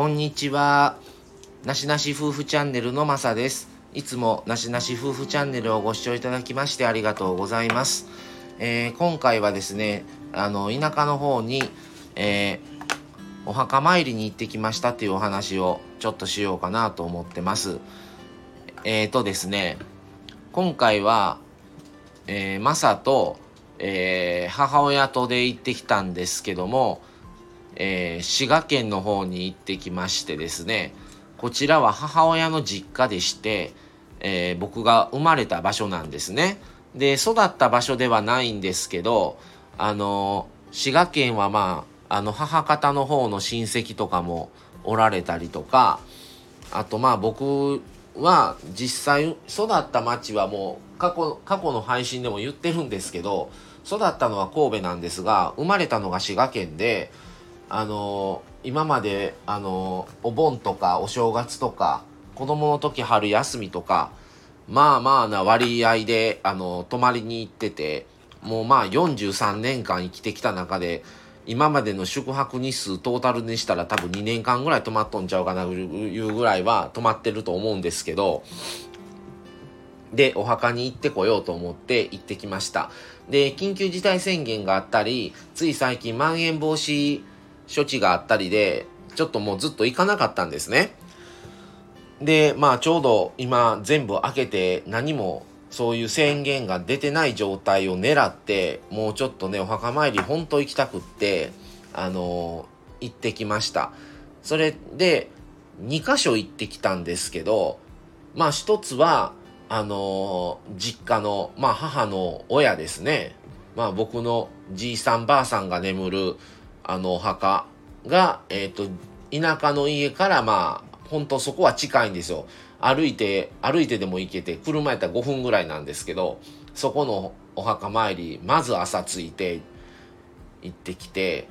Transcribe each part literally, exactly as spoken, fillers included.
んにちは。なしなし夫婦チャンネルのまさです。いつもなしなし夫婦チャンネルをご視聴いただきましてありがとうございます。えー、今回はですね、あの田舎の方に、えー、お墓参りに行ってきましたというお話をちょっとしようかなと思ってます。えーとですね、今回は、えー、マサと、えー、母親とで行ってきたんですけども、えー、滋賀県の方に行ってきましてですね、こちらは母親の実家でして、えー、僕が生まれた場所なんですね。で、育った場所ではないんですけど、あのー、滋賀県はまあ、あの母方の方の親戚とかもおられたりとか、あとまあ僕は実際育った町はもう過去、過去の配信でも言ってるんですけど、育ったのは神戸なんですが、生まれたのが滋賀県で、あの今まであのお盆とかお正月とか子供の時春休みとかまあまあな割合であの泊まりに行ってて、もうまあよんじゅうさんねんかん生きてきた中で今までの宿泊日数トータルにしたら多分にねんかんぐらい泊まっとんちゃうかなというぐらいは泊まってると思うんですけど、でお墓に行ってこようと思って行ってきました。で緊急事態宣言があったり、つい最近まん延防止処置があったりでちょっともうずっと行かなかったんですね。でまあちょうど今全部開けて何もそういう宣言が出てない状態を狙って、もうちょっとねお墓参り本当行きたくってあのー、行ってきました。それでにかしょ行ってきたんですけど、まあ一つはあのー、実家のまあ母の親ですね。まあ僕のじいさんばあさんが眠るあのお墓が、えっと、田舎の家からまあ、ほんとそこは近いんですよ。歩いて、歩いてでも行けて、車やったらごふんぐらいなんですけど、そこのお墓参り、まず朝着いて行ってきて、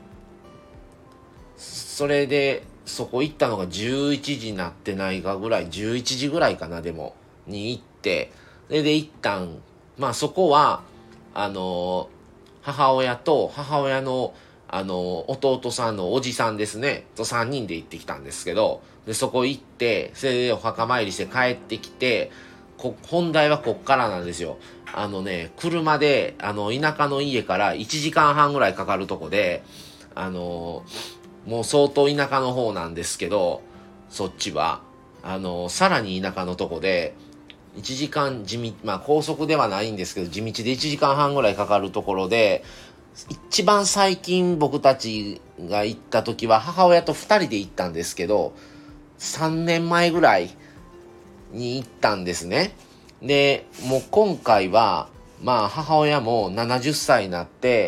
それで、そこ行ったのがじゅういちじになってないかぐらい、じゅういちじぐらいかな、でも、に行って、それで一旦、まあそこは、あの母親と母親のあの弟さんのおじさんですねとさんにんで行ってきたんですけど、でそこ行ってそれでお墓参りして帰ってきて、こ本題はこっからなんですよ。あのね車であの田舎の家からいちじかんはんぐらいかかるとこで、あのもう相当田舎の方なんですけど、そっちはあのさらに田舎のとこでいちじかん地道、まあ高速ではないんですけど地道でいちじかんはんぐらいかかるところで、一番最近僕たちが行った時は母親とふたりで行ったんですけど、さんねんまえぐらいに行ったんですね。でもう今回はまあ母親もななじゅっさいになって、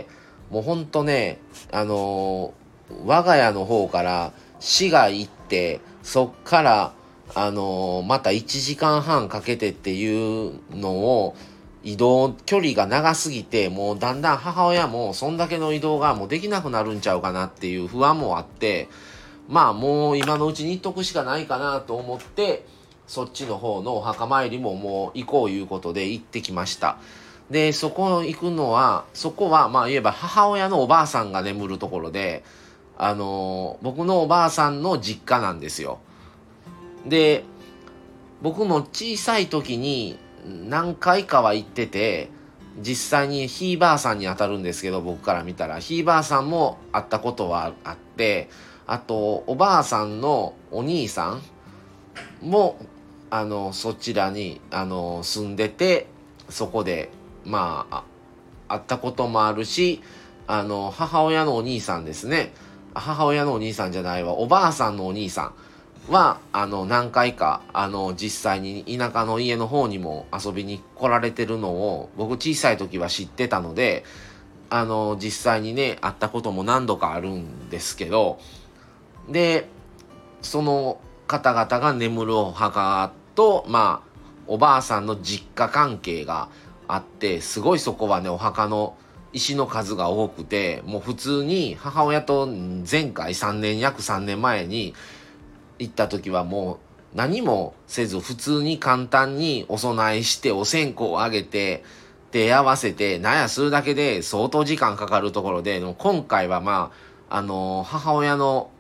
もうほんとねあのー、我が家の方から市が行って、そっからあのー、またいちじかんはんかけてっていうのを移動距離が長すぎて、もうだんだん母親もそんだけの移動がもうできなくなるんちゃうかなっていう不安もあって、まあもう今のうちに行っとくしかないかなと思って、そっちの方のお墓参りももう行こういうことで行ってきました。でそこ行くのは、そこはまあ言えば母親のおばあさんが眠るところで、あのー、僕のおばあさんの実家なんですよ。で僕も小さい時に何回かは行ってて、実際にひいばあさんに当たるんですけど、僕から見たらひいばあさんも会ったことはあって、あとおばあさんのお兄さんもあのそちらにあの住んでて、そこでまあ会ったこともあるし、あの母親のお兄さんですね、母親のお兄さんじゃないわ、おばあさんのお兄さんはあの何回かあの実際に田舎の家の方にも遊びに来られてるのを僕小さい時は知ってたので、あの実際にね会ったことも何度かあるんですけど、でその方々が眠るお墓とまあおばあさんの実家関係があって、すごいそこはねお墓の石の数が多くて、もう普通に母親と前回さんねん約さんねんまえに行った時はもう何もせず普通に簡単にお供えしてお線香をあげて手合わせてなんやするだけで相当時間かかるところで、今回はまああの母親の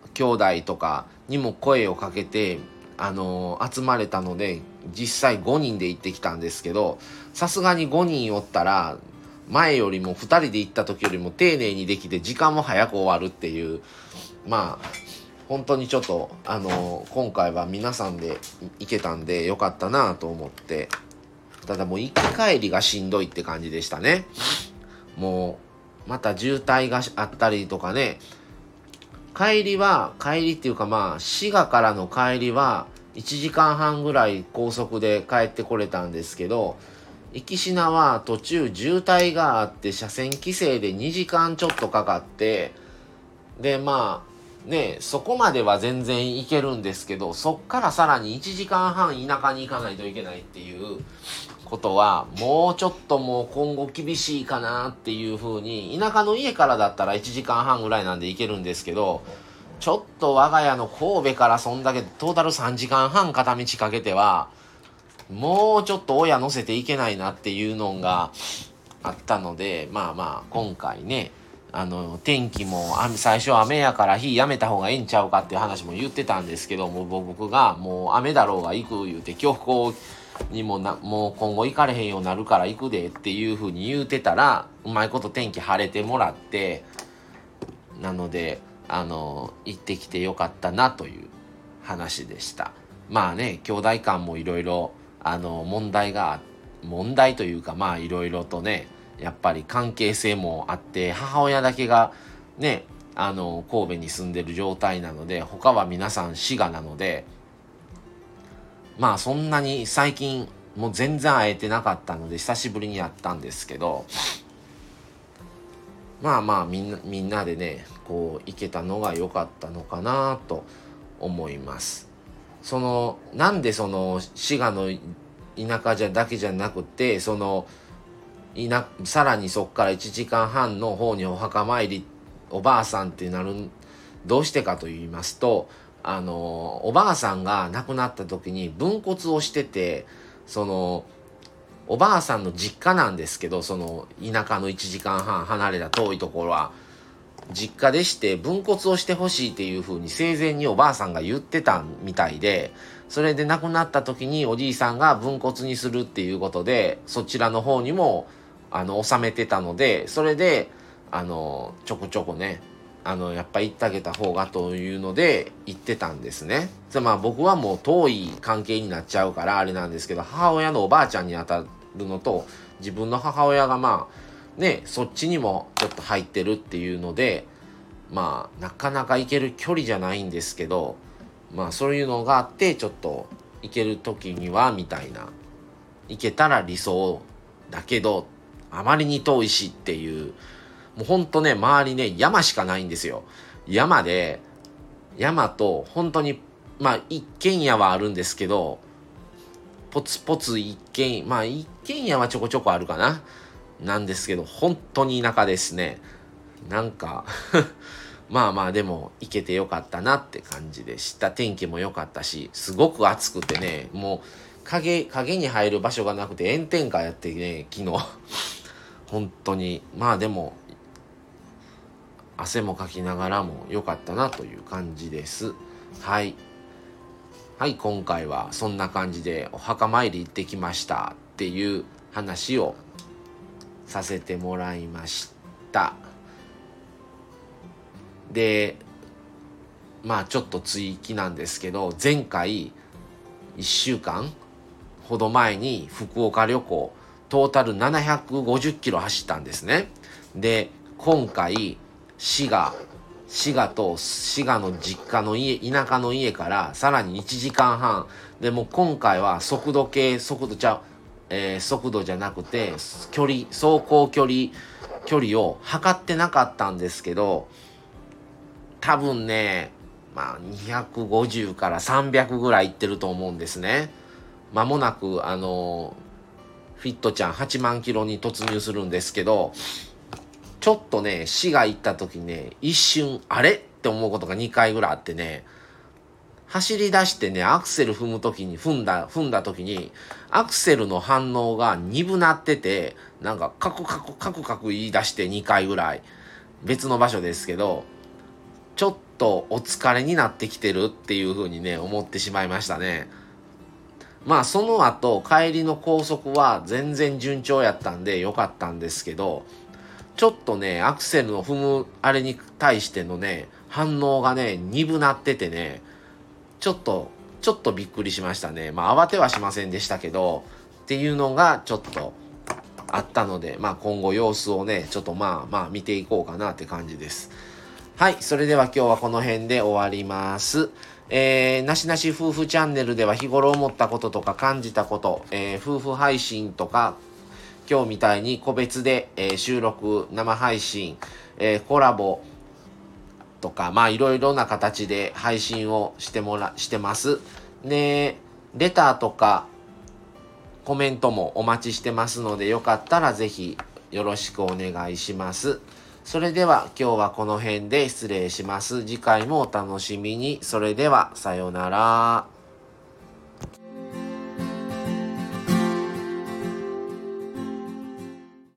兄弟とかにも声をかけて、あのー、集まれたので、実際ごにんで行ってきたんですけど、さすがにごにんおったら、前よりもふたりで行った時よりも丁寧にできて時間も早く終わるっていう、まあ、本当にちょっと、あのー、今回は皆さんで行けたんでよかったなと思って、ただもう行き帰りがしんどいって感じでしたね。もう、また渋滞があったりとかね、帰りは、帰りっていうかまあ、滋賀からの帰りはいちじかんはんぐらい高速で帰ってこれたんですけど、行きしなは途中渋滞があって車線規制でにじかんちょっとかかって、でまあね、そこまでは全然行けるんですけど、そっからさらにいちじかんはん田舎に行かないといけないっていうことは、もうちょっともう今後厳しいかなっていう風に、田舎の家からだったらいちじかんはんぐらいなんで行けるんですけど、ちょっと我が家の神戸からそんだけトータルさんじかんはん片道かけては、もうちょっと親乗せていけないなっていうのがあったので、まあまあ今回ね、あの天気も最初雨やから火やめた方がええんちゃうかっていう話も言ってたんですけども、僕がもう雨だろうが行く言うて、強行にもなもう今後行かれへんようになるから行くでっていう風に言うてたら、うまいこと天気晴れてもらって、なのであの行ってきてよかったなという話でした。まあね、兄弟間もいろいろあの問題が問題というか、まあいろいろとね、やっぱり関係性もあって、母親だけがね、あの神戸に住んでる状態なので、他は皆さん滋賀なので、まあそんなに最近もう全然会えてなかったので久しぶりに会ったんですけど、まあまあみんなみんなでねこう行けたのが良かったのかなと思います。そのなんでその滋賀の田舎じゃだけじゃなくて、そのいなさらにそっからいちじかんはんの方にお墓参りおばあさんってなる、どうしてかと言いますと、あのおばあさんが亡くなった時に分骨をしてて、そのおばあさんの実家なんですけど、その田舎のいちじかんはん離れた遠いところは実家でして、分骨をしてほしいっていう風に生前におばあさんが言ってたみたいで、それで亡くなった時におじいさんが分骨にするっていうことでそちらの方にもあの納めてたので、それであのちょこちょこね、あのやっぱ行ってあげた方がというので行ってたんですね。まあ僕はもう遠い関係になっちゃうからあれなんですけど、母親のおばあちゃんに当たるのと、自分の母親がまあねそっちにもちょっと入ってるっていうので、まあなかなか行ける距離じゃないんですけど、まあそういうのがあって、ちょっと行ける時にはみたいな、行けたら理想だけどあまりに遠いしっていう、もうほんとね周りね山しかないんですよ。山で山と本当にまあ一軒家はあるんですけど、ポツポツ一軒まあ一軒家はちょこちょこあるかななんですけど、本当に田舎ですね。なんかまあまあでも行けてよかったなって感じでした。天気も良かったし、すごく暑くてね、もう影影に入る場所がなくて炎天下やってね昨日本当にまあでも汗もかきながらも良かったなという感じです。はいはい、今回はそんな感じでお墓参り行ってきましたっていう話をさせてもらいました。でまあちょっと追記なんですけど、前回いっしゅうかんほど前に福岡旅行トータルななひゃくごじゅっキロ走ったんですね。で今回滋賀滋賀と滋賀の実家の家田舎の家からさらにいちじかんはんで、も今回は速度計速度ちゃう、えー、速度じゃなくて距離走行距離距離を測ってなかったんですけど、多分ねまあにひゃくごじゅうからさんびゃくぐらいいってると思うんですね。間もなくあのフィットちゃんはちまんキロに突入するんですけど、ちょっとね滋賀行った時ね一瞬あれって思うことがにかいぐらいあってね、走り出してねアクセル踏む時に踏んだ踏んだ時にアクセルの反応が鈍なってて、なんかカクカクカクカク言い出してにかいぐらい別の場所ですけど、ちょっとお疲れになってきてるっていう風にね、思ってしまいましたね。まあその後、帰りの高速は全然順調やったんで良かったんですけど、ちょっとね、アクセルの踏むあれに対してのね、反応がね、鈍なっててね、ちょっと、ちょっとびっくりしましたね。まあ慌てはしませんでしたけど、っていうのがちょっとあったので、まあ今後様子をね、ちょっとまあまあ見ていこうかなって感じです。はい、それでは今日はこの辺で終わります。えー、なしなし夫婦チャンネルでは日頃思ったこととか感じたこと、えー、夫婦配信とか、今日みたいに個別で、えー、収録、生配信、えー、コラボとか、まあいろいろな形で配信をしてもら、してます。で、レターとかコメントもお待ちしてますので、よかったらぜひよろしくお願いします。それでは今日はこの辺で失礼します。次回もお楽しみに。それではさようなら。